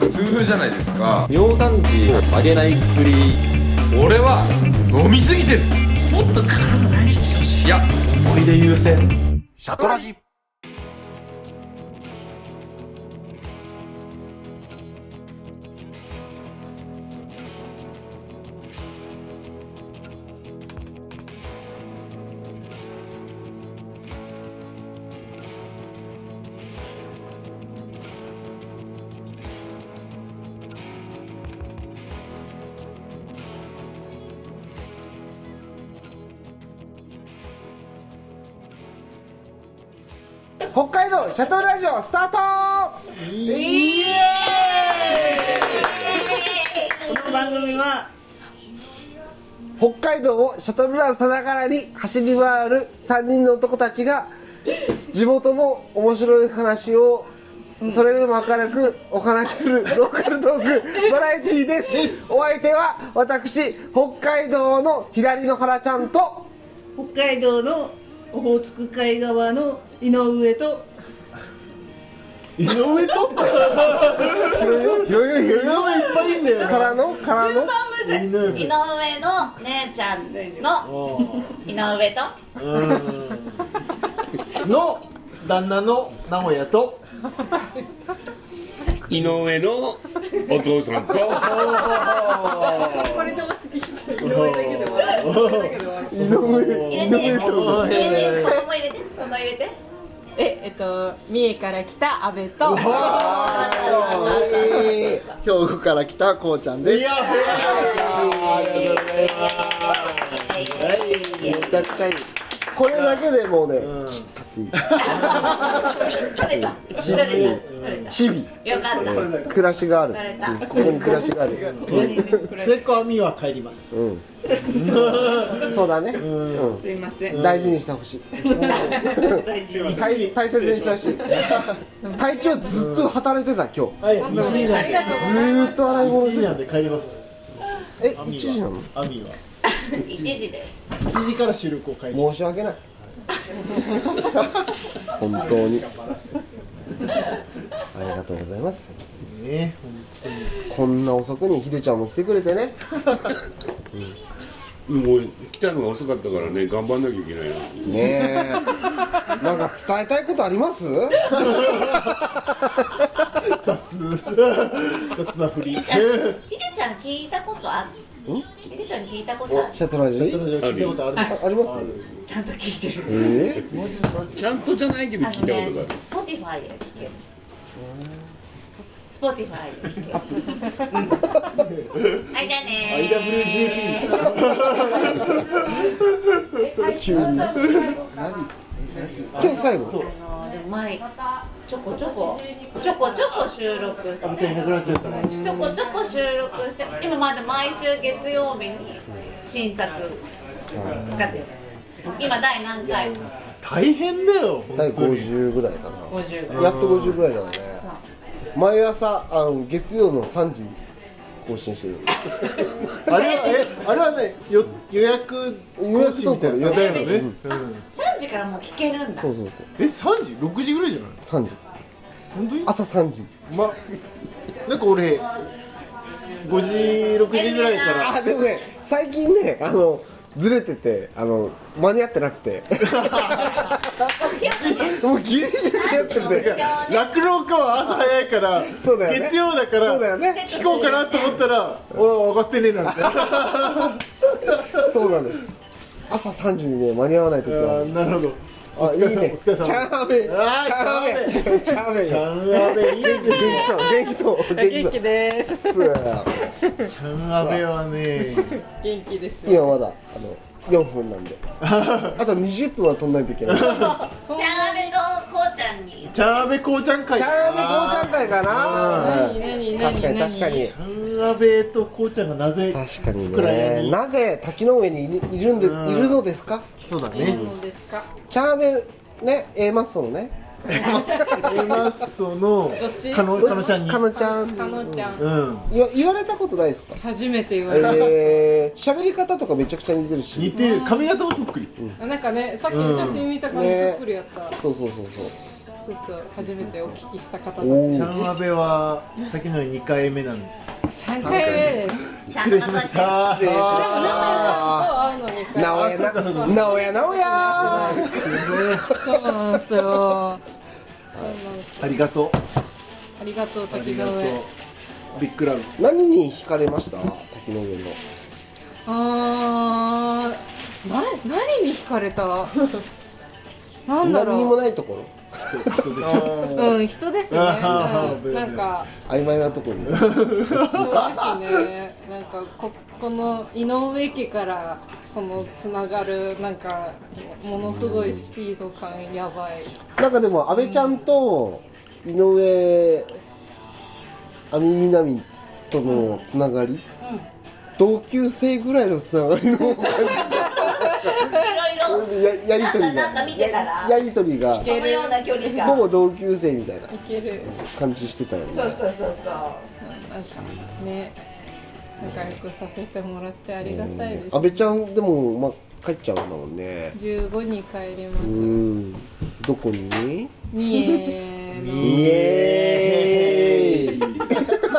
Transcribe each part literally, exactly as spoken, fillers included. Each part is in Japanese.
普通じゃないですか。 尿酸値を上げない薬。 俺は飲みすぎてる。もっと体大事にしてほしい。いや、思い出優先。 シャトラジ。 北海道シャトルラジオスタート。イエーイ。 この番組は北海道をシャトルランさながらに走り回るさんにんの男たちが地元の面白い話をそれでも明るくお話しするローカルトークバラエティーです。お相手は私北海道の左の原ちゃんと北海道のオホーツク海側の井上と井上と広い広い広いいっぱいいんだよ。からのからの井上の姉ちゃんの井上との旦那の名古屋と井上のお父さんとこれで終わってきちゃう。井上だけで終わる。 井上井上と入れて顔も入れて顔も入れてえ、えっと、三重から来た阿部と兵庫から来たこうちゃんです。いやありがとうございます。めちゃくちゃいい。これだけでもうね、うん、切ったっていい。 取れた取れた取れた日々 よかった暮らしがある。ここに暮らしがある。 末っ子はみは帰ります。うん、 そうだね。 うん、すいません。 大事にしてほしい。大大切にしてほしい。体調ずっと働いてた今日。 はい、いちじなんで。 ずーっと洗い物してた。 いちじなんで帰ります。 え、いちじなの？ アミは。 いちじです。 いちじから収録を開始。 申し訳ない。本当に。ありがとうございます。 ね、本当に。 こんな遅くにひでちゃんも来てくれてね。 うん、もう来たのが遅かったからね、頑張んなきゃいけないな。 ねえ。なんか伝えたいことあります？ 雑雑な振り。 ひでちゃん聞いたことある？ひでちゃん聞いたことある？ シャトラジ？ シャトラジ聞いたことある？ あります？ ちゃんと聞いてる。 えー、ちゃんとじゃないけど聞いたことがある。 スポティファイで聞ける。スポティファイで聞ける。はいじゃあねー。 アイダブリュージェーピー急に。何？今日最後。 でも前ちょこちょこちょこちょこ収録してちょこちょこ収録して今まで毎週月曜日に新作が出る。今第何回？ 大変だよ。 第ごじゅうぐらいかな。 ごじゅうやっとごじゅうぐらいだね。毎朝あの月曜のさんじに更新してるんです。 あれはえあれはねよ予約更新みたいなだよね。うん、 さんじからもう聞けるんだ。 そうそうそう。 えさんじろくじぐらいじゃない？ さんじ。 本当に？ 朝さんじ。 まなんか俺ごじろくじぐらいからあでもね最近ねあのずれててあの間に合ってなくてもうギリギリやってて落語家は朝早いからそうだよ、ね、 月曜だからそうだよ、ね、 聞こうかなと思ったらお上がってねえなんてそうなの朝さんじにね間に合わない時はなるほどあいいねお疲れ様チャーメンチャーメンチャーメンチャンアベいいね元気そう元気そう元気ですチャンアベはね元気です今まだあのよんぷんなんであとにじゅっぷんは取んないといけないチャンアベとこうちゃんにチャンアベこうちゃん会チャンアベこうちゃん会かな確かに確かにチャンアベとこうちゃんがなぜ確かにねなぜ滝の上にいるんでいるのですか。 そうだねチャンアベね A マッソのねエマッソのかのかのちゃんにかのちゃんかのちゃん、 うん、 言, 言われたことないですか。 初めて言われました。 えー、喋り方とかめちゃくちゃ似てるし似てる髪型もそっくり、 うん、なんかねさっきの写真見た感じそっくりやった、 ね、そうそうそうそうちょっと初めてお聞きした方たちちゃんあべは滝野にかいめなんですさんかいめです失礼しました失礼しまでも名古屋さんと会うのにかいなおやななおやなおやそうなんですよそうなんですありがとうありがとうあ滝の上りがとうビッグラブ何に惹かれました滝の上のあーな何に惹かれたなんだろう何にもないところ人でしょうん人ですね、うん、なんか曖昧なところにそうですねなんかここの井上家からこのつながるなんかものすごいスピード感やばいなんかでも阿部ちゃんと井上亜美みなみとのつながり、同級生ぐらいのつながりの感じいろいろややりとりがなんか見てたらややりとりがそのような距離ほ感ぼ同級生みたいないける感じしてたよねそうそうそうそうなんかね仲良くさせてもらってありがたいです、 阿部ちゃんでも、まあ、帰っちゃうんだもんねじゅうごに帰りますうんどこに三重のイエーイ三重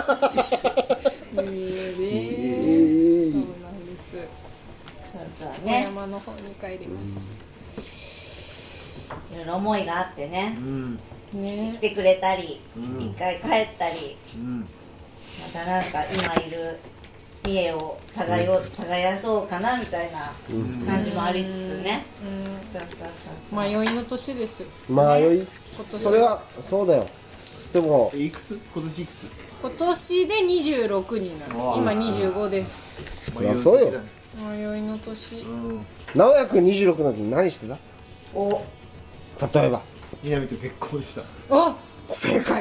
でそうなんですそうそう富ね山の方に帰ります、 いろいろ思いがあってねね来てくれたり一回帰ったりまたなんか今いる三重を耕お耕そうかなみたいな感じもありつつねそうそうそう迷いの年ですよ迷い今年それはそうだよでもいくつ今年いくつ今年でにじゅうろくになる今にじゅうごですそりゃそうよ迷いの年直哉くんにじゅうろくの時何してたお例えば南と結婚したお正解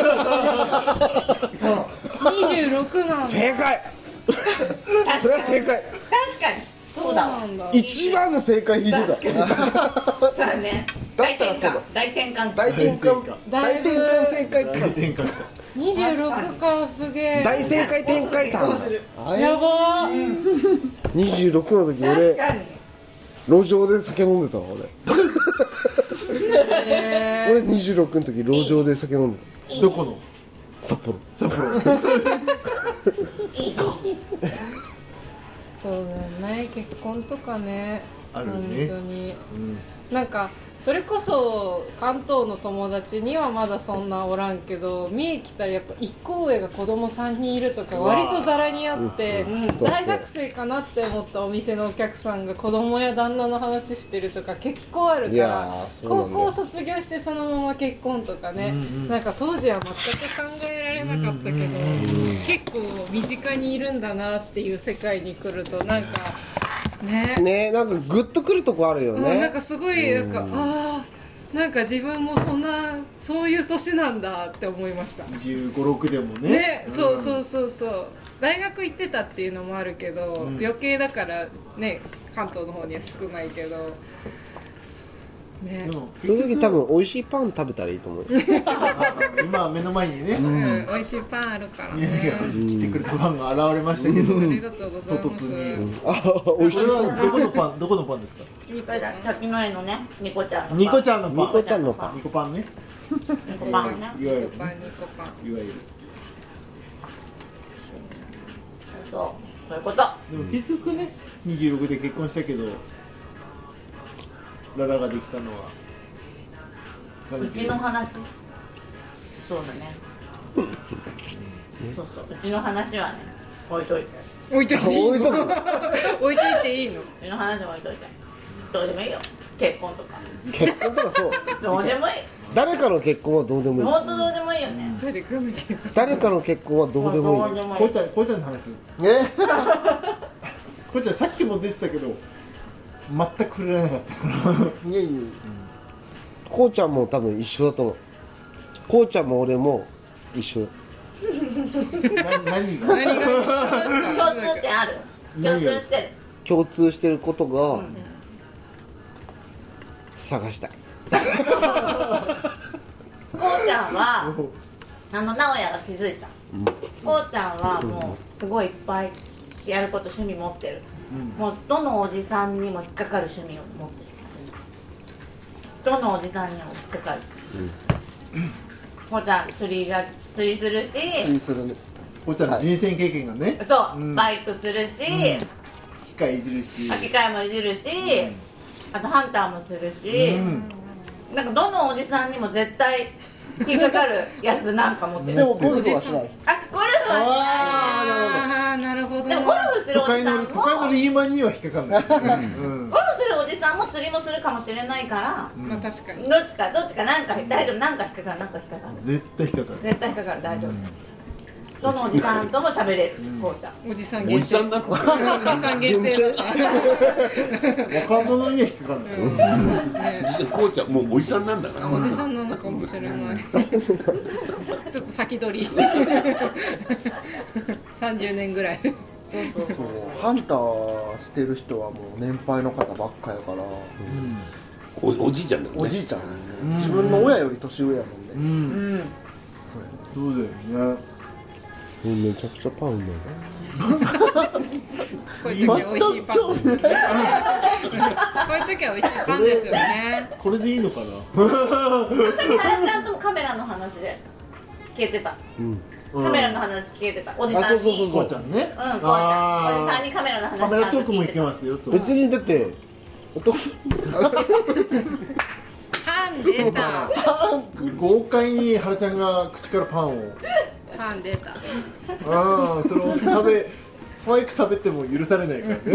にじゅうろくなんだ正解それは正解確かにそうだわなんだ一番の正解引いてたそうだねだ大転ったらそうだ換大転換大転換だいぶ大転換正解って大転換したにじゅうろくかすげえ大正解展開感やばーにじゅうろくの時確俺かに路上で酒飲んでたわ俺え俺にじゅうろくの時路上で酒飲んでたどこの札幌そうだよね結婚とかねあるね本当に、なんかそれこそ関東の友達にはまだそんなおらんけど三重来たらやっぱ一個上が子供さんにんいるとか割とザラにあって、 そう大学生かなって思ったお店のお客さんが子供や旦那の話してるとか結構あるいやからーそうなんだよ高校卒業してそのまま結婚とかね、なんか当時は全く考えられなかったけど、結構身近にいるんだなっていう世界に来るとなんかねねなんかグッとくるとこあるよもうなんねかすごいなんか、ああなんか自分もそんなそういう年なんだって思いましたじゅうご、ろくでもねね、そうそうそうそう大学行ってたっていうのもあるけど、余計だからね関東の方には少ないけどそうねでもそういう時多分美味しいパン食べたらいいと思う今目の前にねうん、美味しいパンあるから南ねが来てくれたファンが現れましたけどありがとうござい唐ます突にあ美味しいこれはどこのパンどこのパンですかこれだ滝の絵のねニコちゃんのニコちゃんのパンニコちゃんのパンニコパンねニコパンねいわゆるニコパンニコパンいわゆるそうそういうことでも結局ねにじゅうろくで結婚したけどララができたのはうちの話そうだねそうそううちの話はね置いといて置いといていいの置いとく置いといていいのうちの話は置いといてどうでもいいよ結婚とか結婚とかそうどうでもいい誰かの結婚はどうでもいい本当どうでもいいよね誰かの結婚誰かの結婚はどうでもいいどうでもいいこいちゃんこいちゃんの話えこいちゃんさっきも出てたけど全く触れられなかったからいやいやこうちゃんも多分一緒だと思うこうちゃんも俺も一緒だな何が何が共通点ある共通してる共通してることが、探したいこうちゃんはあの直哉が気づいた、こうちゃんはもうすごいいっぱいやること趣味持ってる、もうどのおじさんにも引っかかる趣味を持ってるどのおじさんにも引っかかる、 ほうちゃん釣りが釣りするし釣りするね。 こういったら人生経験がね、 そう、 うんバイクするし、 機械いじるし、 機械もいじるし、あとハンターもするし、なんかどのおじさんにも絶対引っかかるやつなんか持ってる。 でもゴルフはしないです。 あ、ゴルフはしああなるほど。 ない。でもゴルフする都おじさんも会の都会のリーマンには引っかかんない。うんゴルフするおじさんも釣りもするかもしれないから、 まあ確かに。 どっちかどっちかなんか大丈夫、なんか引っかかる、なんか引っかかる、 絶対引っかかる。 絶対引っかかる、大丈夫。どのおじさんとも喋れる、こうちゃん。 おじさんお限定。 じさんなの。 おじさん限定だった。 若者には引っかかんない。 こうちゃんもうおじさんなんだから。 おじさんなのかもしれない。ちょっと先取り。三十年ぐらい。 そうハンターしてる人はもう年配の方ばっかやから、 おおじいちゃんだもんね。 おじいちゃん、自分の親より年上やもんね。 そうだよね。 めちゃくちゃパンうまい。 こういう時は美味しいパンですよね。こういう時は美味しいパンですよね。 これでいいのかな。 さっき原ちゃんともカメラの話で聞けてた、カメラの話聞けてた、おじさんに。 こうちゃんね。 うん、こうちゃん、おじさんにカメラの話カメラトークもい聞いてた。 けますよと。 別にだって男パン出た。 豪快に原ちゃんが口からパンを。 パン出た。 ああ、それを食べ、可愛く食べても許されないからね。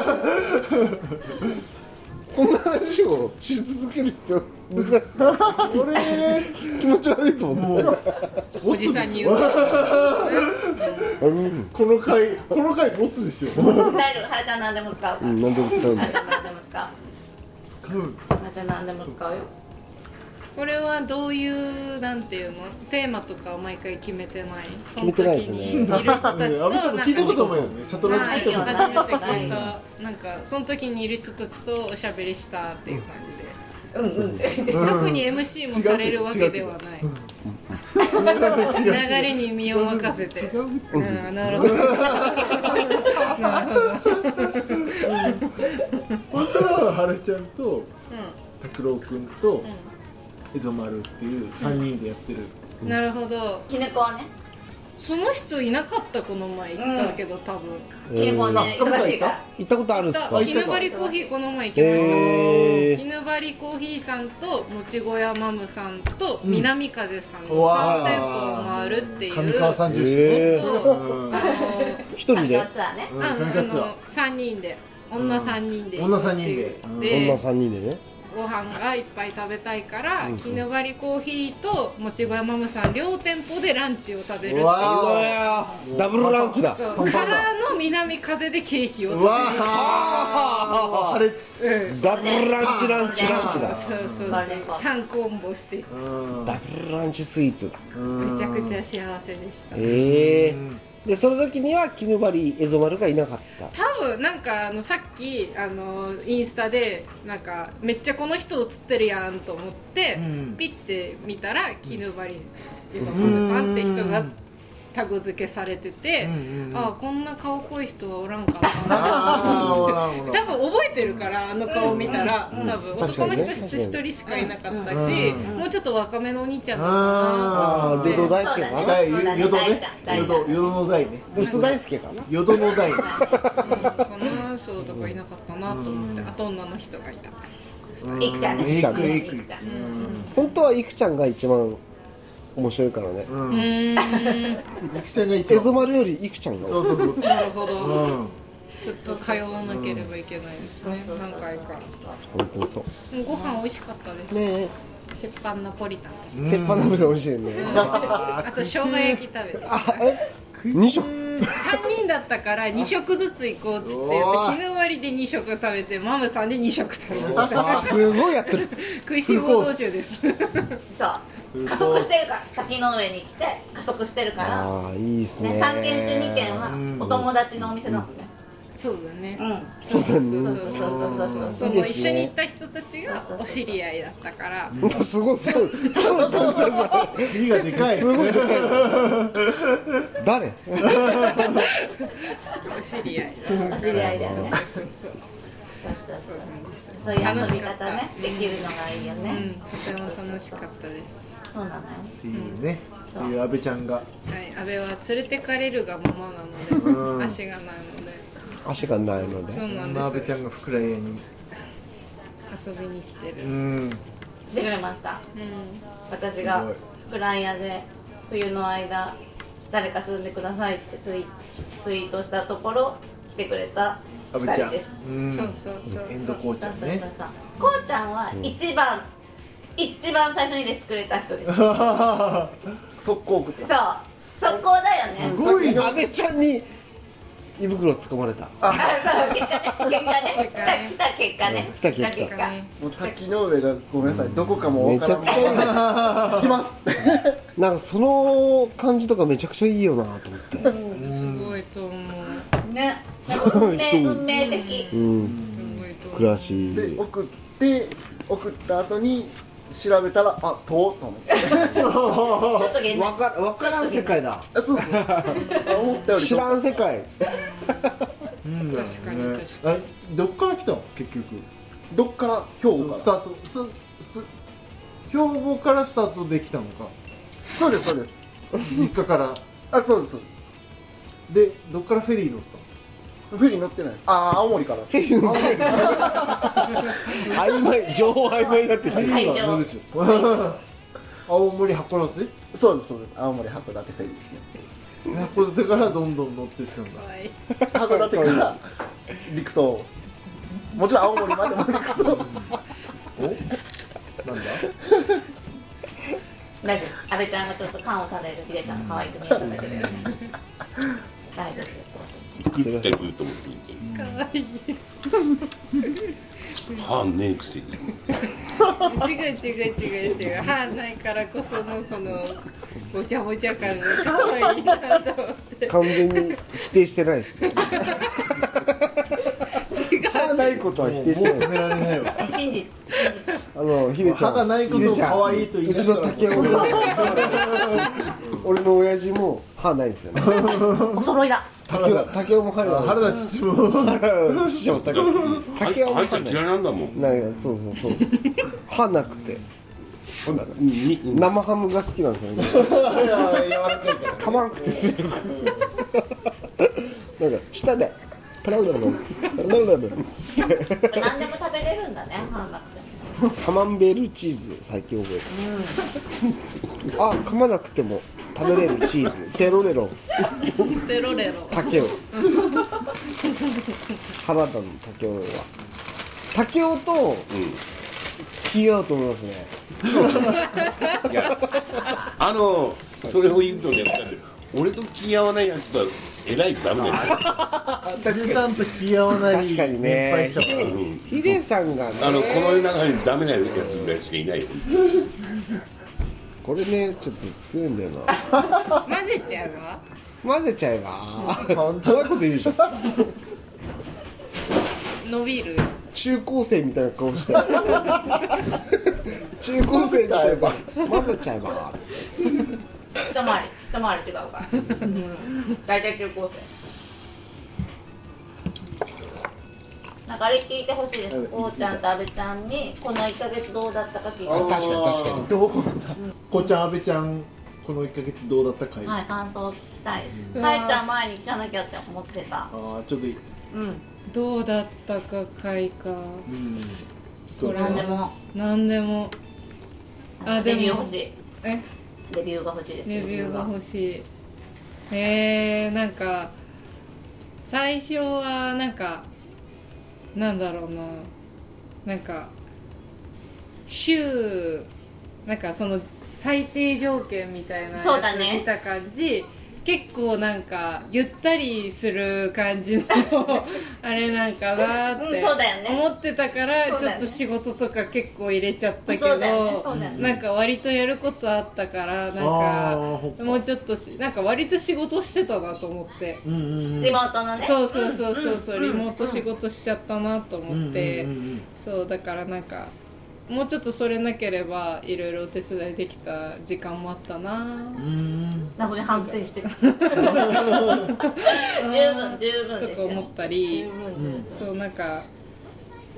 こんな話をし続ける必要難しい。俺気持ち悪いと思って。 おじさんに言う。 この回、この回ボツでしょ。 大丈夫、原ちゃん何でも使うから。 何でも使うんだ原ちゃん何でも使う。 使う。 原ちゃん何でも使うよ。 これはどういうなんていうのテーマとかを毎回決めてない。決めてないですねいる人たちとあ、みちゃんも聞いたこともよね。シャトラジ聞いたこと初めて聞いた。なんかその時にいる人たちとおしゃべりしたっていう感じで。 うんうん。 特に エムシー もされるわけではない。流れに身を任せて。うん、なるほど。 本当は原ちゃんと拓郎くんとエゾマルっていうさんにんでやってる。 なるほど。 きねこはね、 その人いなかったこの前行ったけど多分。 きねこはね、忙しいから。 行ったことあるんですか？ 絹張りコーヒーこの前行きました。 へー絹張りコーヒーさんともち小屋マムさんと南風さんのうわーさん店舗を回るっていう。 上川三重士ね。 へーそう。あの一人で夏はね。 あ上川ツアーのさんにんで女さんにんで行女くっていさんにんでう。 女でさんにんでね。 ご飯がいっぱい食べたいから絹張りコーヒーともち小屋マムさん両店舗でランチを食べるっていう。 うわうわーダブルランチだ。 そうパンパンだからの南風でケーキを食べる。 うわあ、破裂。 ダブルランチランチランチだ。 そうそうそうさんコンボしてダブルランチスイーツだ。 めちゃくちゃ幸せでした。 ええ。でその時には絹張りエゾマルがいなかった。 多分なんかあのさっきあのインスタでなんかめっちゃこの人映ってるやんと思って、ピッて見たら絹張りエゾマルさんって人がタグ付けされてて、ああこんな顔濃い人はおらんかなあーおらんおらん多分覚えてるからあの顔見たら、多分男の人確かにね一人しかいなかったし、もうちょっと若めのお兄ちゃんなのかなあああ、デド大輔かな。 大、 そうだね淀ね大ちゃん。大ちゃん淀、淀の大ね。 薄大輔かな。 淀の大。 かなそうとかいなかったなと思って、あと女の人がいた。 いくちゃんね。 エイクエイクいくちゃん。 本当はいくちゃんが一番面白いからね。 ゆきちゃんが一エ番。 ゾマルよりいくちゃんが。 そうそうそうそう。 なるほど、 うん。 ちょっと通わなければいけないですね、何回か。 本当にそう。 ご飯美味しかったです、 ね鉄板ナポリタンとえ、鉄板鍋で美味しいよね。 あと生姜焼き食べてあ、え、二食。 さんにんだったからに食ずつ行こうっつって言って絹割りでに食食べてマムさんでに食食べましたすごいやってる。 食いしん坊道中ですそう。加速してるから、滝の上に来て加速してるから。 ああ、いいですね。 ね、さんけん中にけんはお友達のお店だもんね。 そうだね、 うん。 そうだね。 そうそうそうそう。 そのいいですね一緒に行った人たちがお知り合いだったからすごい太い。太い。 次がでかい。 すごいでかい。誰？ お知り合いだお知り合いだよね。 そうそうそうそうそう。 ですそういう遊び楽しかった方ねできるのがいいよね、 うん、とても楽しかったですそうなのよっていうね、 そうっていう阿部ちゃんがはい阿部は連れてかれるがままなので、 うん、 足がないので足がないのでそうなんそんな阿部ですちゃんが福来屋に遊びに来てる、 ううんんしてくれました私がフライヤーで冬の間誰か住んでくださいってツイツイートしたところ来てくれた阿部ちゃんふたりですうんそうそうそうエンドコーチそうャンねそうそうそうこうちゃんは一番、一番最初にレスくれた人です速攻送ったそう速攻だよねすごい阿部ちゃんに胃袋つかまれたあそう結果ね結果ね来た来た結果ね来た来た来た結果もう滝の上がごめんなさい、どこかもめわからんちゃくちゃいい来ますなんかその感じとかめちゃくちゃいいよなと思ってすごいと思うねなんか運命運命的うんすごいと思う暮らしで送って送った後に調べたらあとうと思ってちょっと現わかわからん世界だあそうそうあ思ったより知らん世界うんだよね確かに確あどっから来たの結局どっから兵庫からスタートすす兵庫からスタートできたのかそうですそうです実家からあそうですそうですでどっからフェリー乗ったのフェリー乗ってないですああ青森からフェリーの曖昧情報曖昧になってる会場乗るでしょ青森函館そうですそうです青森函館フェリーですね函館からどんどん乗ってったんだ函館から陸送もちろん青森までも陸送おなんだ大丈夫です阿部ちゃんがちょっとパンを食べるひでちゃんの可愛く見えただけで大丈夫です食ってると思って見てるかわいい歯ねえくせに違う違う違う違う歯ないからこそのこのぼちゃぼちゃ感がかわいいなと思って完全に否定してないですね歯がないことは否定してないもう止められないわ真実真実あのひでちゃん歯がないことを可愛いと言い出したらうちの竹雄も俺の親父も歯ないんですよねお揃いだ竹雄竹雄も歯ない原田父も原田父も竹雄竹雄もあいつ歯ない嫌いなんだもんなんかそうそうそう歯なくてに生ハムが好きなんですよねいや柔らかいから噛まんくてすぐなんか舌でプラウダルのプラウダル何でも食べれるんだね歯なくてカマンベールチーズ最近覚えた、あ噛まなくても食べれるチーズテロレロテロレロ竹雄原田の竹雄は竹雄と気合うと思いますねいやあのそれを言うとね俺と気合わないやつとはえらいダメだよヒデさんと気合わない確かに年配ねしたからヒデさんがねあのこの世の中にダメなやつぐらいしかいないよこれねちょっと強いんだよな混ぜちゃうわ混ぜちゃえば本当ういうこと言うじゃん伸びる中高生みたいな顔して中高生みたいな混ぜちゃえば一回り一回り違うから大体中高生なんかあれ聞いてほしいですこうちゃんと阿部ちゃんにこのいっかげつどうだったか聞いてほしい確かに確かにどうこうちゃん阿部ちゃんこのいっかげつどうだったかい、 はい感想を聞きたいですかえちゃん前に聞かなきゃって思ってたああちょっといいうんどうだったか回かうんこれ何でも何でもあでレビューも欲しいえレビューが欲しいですレビューが欲しいえー、なんか最初はなんかなんだろうななんか週なんかその最低条件みたいなやつそうだね見た感じ、結構なんかゆったりする感じのあれなんかなっうんてそうだよね思ってたからそうだよねちょっと仕事とか結構入れちゃったけそうだよねどそうだよねなんか割とやることあったからなんあーほっかかもうちょっとしなんか割と仕事してたなと思ってうんうんうんリモートのねそうそうそうそうそうリモート仕事しちゃったなと思ってうんうんうんうんそうだからなんかもうちょっとそれなければいろいろお手伝いできた時間もあったなうん謎に反省してる十分十分ですよとか思ったり十分ですそうなんか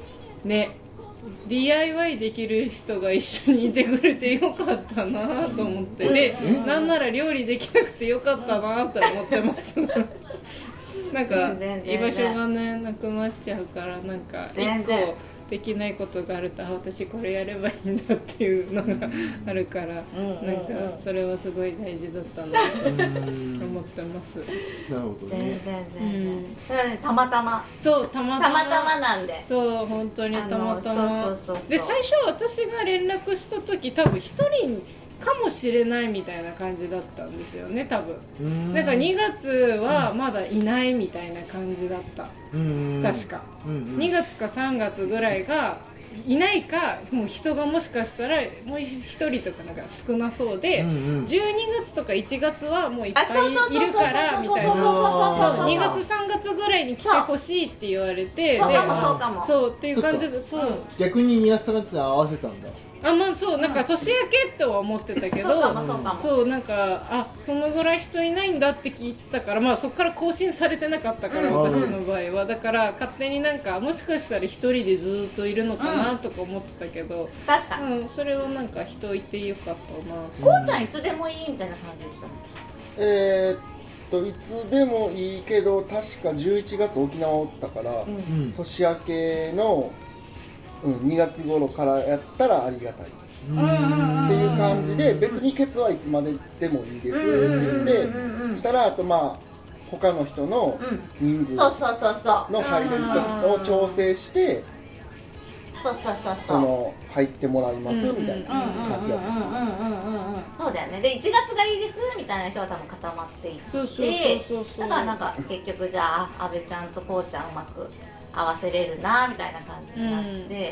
ね ディーアイワイ できる人が一緒にいてくれてよかったなと思ってでなんなら料理できなくてよかったなって思ってますなんか居場所がねなくなっちゃうからなんか一個できないことがあるとあ私これやればいいんだっていうのがあるから、うん、なんかそれはすごい大事だったなと思ってます。 なるほどね。 全然全然、うん、それはねたまたまそうたまたまたまたまなんでそう本当にたまたまそうそうそうそうで最初私が連絡した時多分一人かもしれないみたいな感じだったんですよね多分なんかにがつはまだいないみたいな感じだった確かにがつかさんがつぐらいがいないかもう人がもしかしたらもう一人とかなんか少なそうでじゅうにがつとかいちがつはもういっぱいいるからみたいなにがつさんがつぐらいに来てほしいって言われてそうかもそうかもそうっていう感じでそう逆ににがつさんがつに合わせたんだ。 あまあそうなんか年明けとは思ってたけど、 そうかもそうかもそうなんかあそのぐらい人いないんだって聞いてたからまあそこから更新されてなかったから、うん、私の場合はだから勝手になんかもしかしたら一人でずっといるのかなとか思ってたけど、 うん、確かに、 うん、それをなんか人いてよかったな。 こうちゃんいつでもいいみたいな感じでしたね。 えー、っといつでもいいけど確かじゅういちがつ沖縄おったから、うん、年明けのうん、にがつ頃からやったらありがたいっていう感じで別にケツはいつまででもいいですって言ってしたらあとまあ他の人の人数の入れる時を調整してそうそうそうそうその入ってもらいますみたいな感じだったんですよ。 そうだよね。でいちがつがいいですみたいな人は多分固まっていってだからなんか結局じゃあ阿部ちゃんとこうちゃんうまく合わせれるなみたいな感じになって、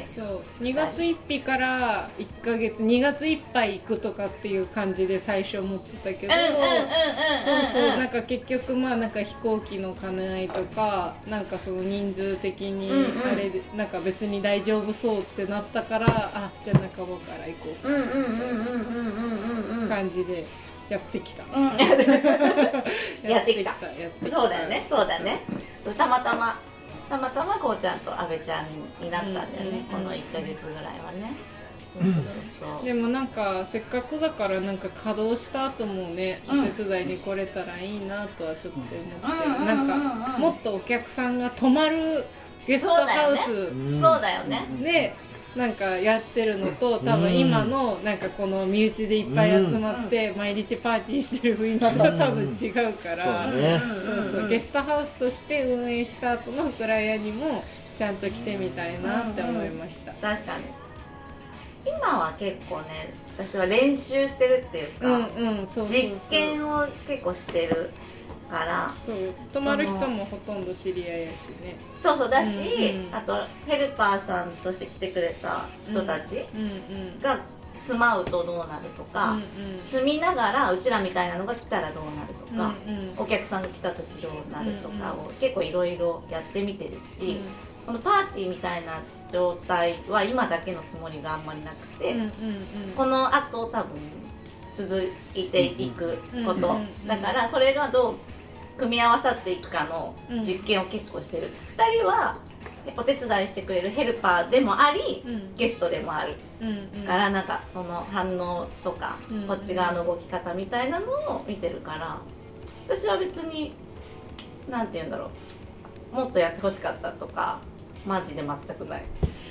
うん、そうにがつついたちからいっかげつにがついっぱい行くとかっていう感じで最初思ってたけどそうそうなんか結局まあなんか飛行機の兼ね合いとかなんかその人数的にあれで、うんうん、なんか別に大丈夫そうってなったからあじゃあ仲間から行こうって感じでやってきた、 うん、やってきたそうだよねそうだねたまたまたまたまこうちゃんと阿部ちゃんになったんだよね、うん、このいっかげつぐらいはね。そうそうそうでもなんかせっかくだからなんか稼働した後もね、うん、お手伝いに来れたらいいなとはちょっと思って、うん、なんかもっとお客さんが泊まるゲストハウスそうだよねでなんかやってるのと多分今のなんかこの身内でいっぱい集まって毎日パーティーしてる雰囲気が多分違うからそうそうゲストハウスとして運営した後のクライアにもちゃんと来てみたいなって思いました。 確かに今は結構ね私は練習してるっていうか、うんうん、そうそうそう実験を結構してるからそう泊まる人もほとんど知り合いやしねそうそうだし、うんうん、あとヘルパーさんとして来てくれた人たちが住まうとどうなるとか、うんうん、住みながらうちらみたいなのが来たらどうなるとか、うんうん、お客さんが来た時どうなるとかを結構いろいろやってみてるし、うん、このパーティーみたいな状態は今だけのつもりがあんまりなくて、うんうんうん、このあと多分続いていくこと、うんうん、だからそれがどう組み合わさっていくかの実験を結構してる、うん、ふたりはお手伝いしてくれるヘルパーでもあり、うん、ゲストでもある、うんうん、からなんかその反応とか、うんうん、こっち側の動き方みたいなのを見てるから私は別になんて言うんだろうもっとやってほしかったとかマジで全くない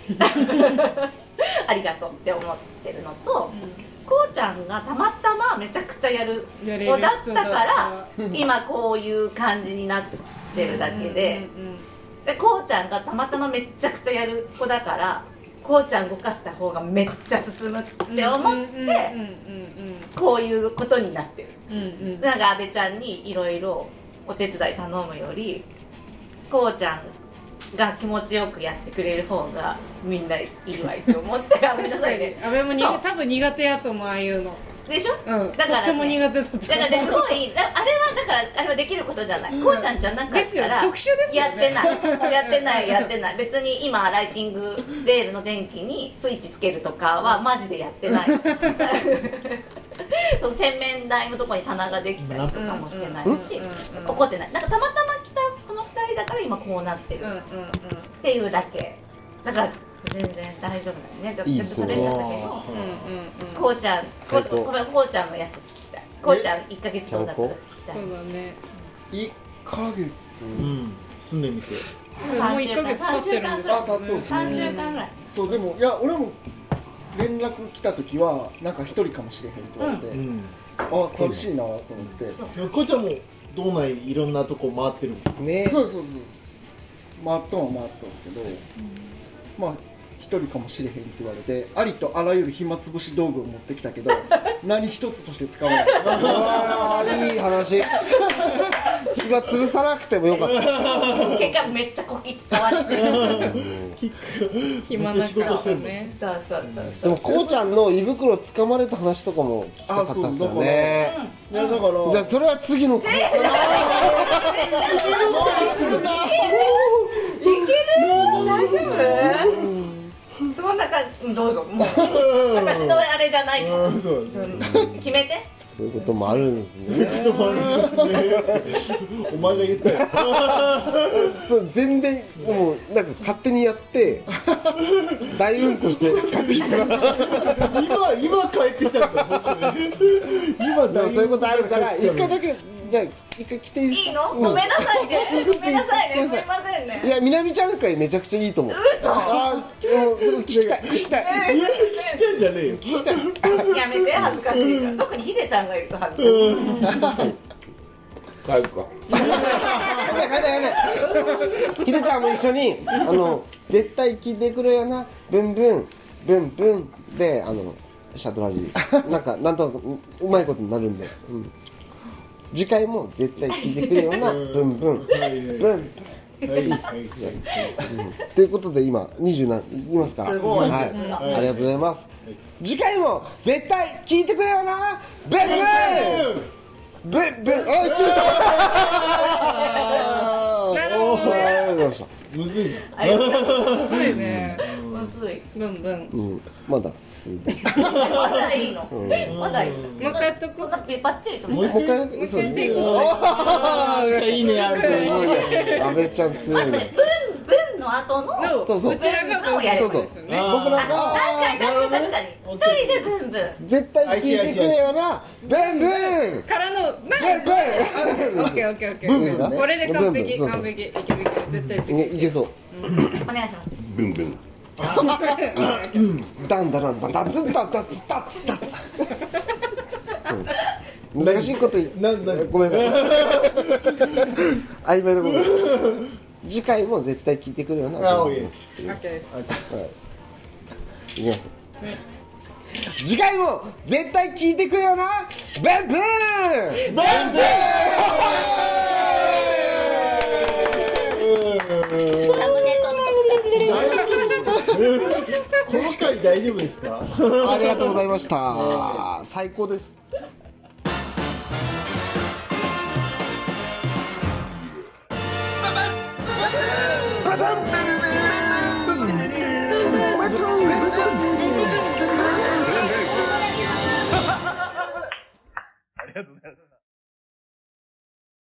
ありがとうって思ってるのと、うんこうちゃんがたまたまめちゃくちゃやる子だったから今こういう感じになってるだけで、でこうちゃんがたまたまめちゃくちゃやる子だからこうちゃん動かした方がめっちゃ進むって思ってこういうことになってる、うんうん、なんか阿部ちゃんにいろいろお手伝い頼むよりこうちゃんが気持ちよくやってくれる方がみんないいわいと思って阿部さんね阿部もに多分苦手やと思うああいうのでしょ、 うん、 だから、ね、 とっても苦手だと思うだからねすごいあれはだからあれはできることじゃない、うん、こうちゃんじゃなかったら特殊ですよ、ね、 やってないやってないやってない別に今ライティングレールの電気にスイッチつけるとかはマジでやってないそう洗面台のところに棚ができたりとかもしてないし怒ってないなんかたまたま来たこのふたりだから今こうなってるっていうだけだから全然大丈夫だよね。 いいっすねそれじゃだけど、こうちゃん、 最高こごめん、こうちゃんのやつ聞きたい。こうちゃんいっかげつどうだったか聞きたい。 そうだね。 いっかげつうん住んでみてもういっかげつ経ってるんですあ経ってますさんしゅうねかんぐらい。 そうでもいや俺も連絡来た時はなんか一人かもしれへんって言われて、 うんあ寂しいなと思ってでもこうちゃんも道内いろんなとこ回ってるもんねそうそうそう回っとんは回ったんですけど、まあ一人かもしれへんって言われてありとあらゆる暇つぶし道具を持ってきたけど何一つとして使わないあーいい話暇潰さなくてもよかった結果めっちゃこき使われてる。 暇なめっちゃ仕事してるからね。 そうそうそうでそう。 もこうちゃんの胃袋掴まれた話とかも聞きたかったっすよねいやだからじゃあそれは次の回かな大丈夫？そんな感じ、どうぞ。もう私のあれじゃないから。 うんそうだね決めて。 そういうこともあるんですねお前が言ったよそう全然もうなんか勝手にやって大運行して帰ってきたから今今帰ってきたんだ本当に今でもそういうことあるから一回だけじゃあ一回来ていいですかいいの？ うんごめんなさいね。ごめんなさいね。 ごめんなさいすいませんね。 いやみなみちゃん会めちゃくちゃいいと思う嘘。 あーでもすごい聞きたい聞きたいいや聞きたいんじゃねえよ聞きたいやめて、恥ずかしいから。特にひでちゃんがいると恥ずかしい。 帰るか帰れ帰れ帰れひでちゃんも一緒にあの絶対聞いてくれよなブンブンブンブンであのシャトラジなんかなんとなくうまいことになるんで、うん、次回も絶対聞いてくれよなブンブンブンはいはいブンはいはいはいということで今にじゅう何いますかすごいはい、 ですねありがとうございます、次回も絶対聞いてくれよなブンブンブンブンあちょっとなるほどね。 ありがとうございましたむずいなありがとうございます。 むずいね。 むずい。 ブンブン。 うん、まだ続いてますまだいいの。まだいいの。 もう一回やっとこそんなバッチリともう一見た。 もう一回そうですね回いいねある阿部ちゃん強いねブンブンの後の。 のそうそうこちらがブンブンですよね。 僕らあ、確かに確かに確かに。一人でブンブン。 絶対聞いてくれよなブンブンからのブンブンブオッケーオッケーオッケブンブンー。これで完璧ブンブンそうそう完璧いけるいける絶対ン次。 いいけそうお願いします。 ブンブンダンダランダンダンツッタツッツタツタツうん難しいこと言うなんなんごめんなさい曖昧なこと次回も絶対聞いてくれよなあブンブンオッケーですオッケーです。 いきます次回も絶対聞いてくれよなブンブンブンこの回大丈夫ですかありがとうございました最高ですババン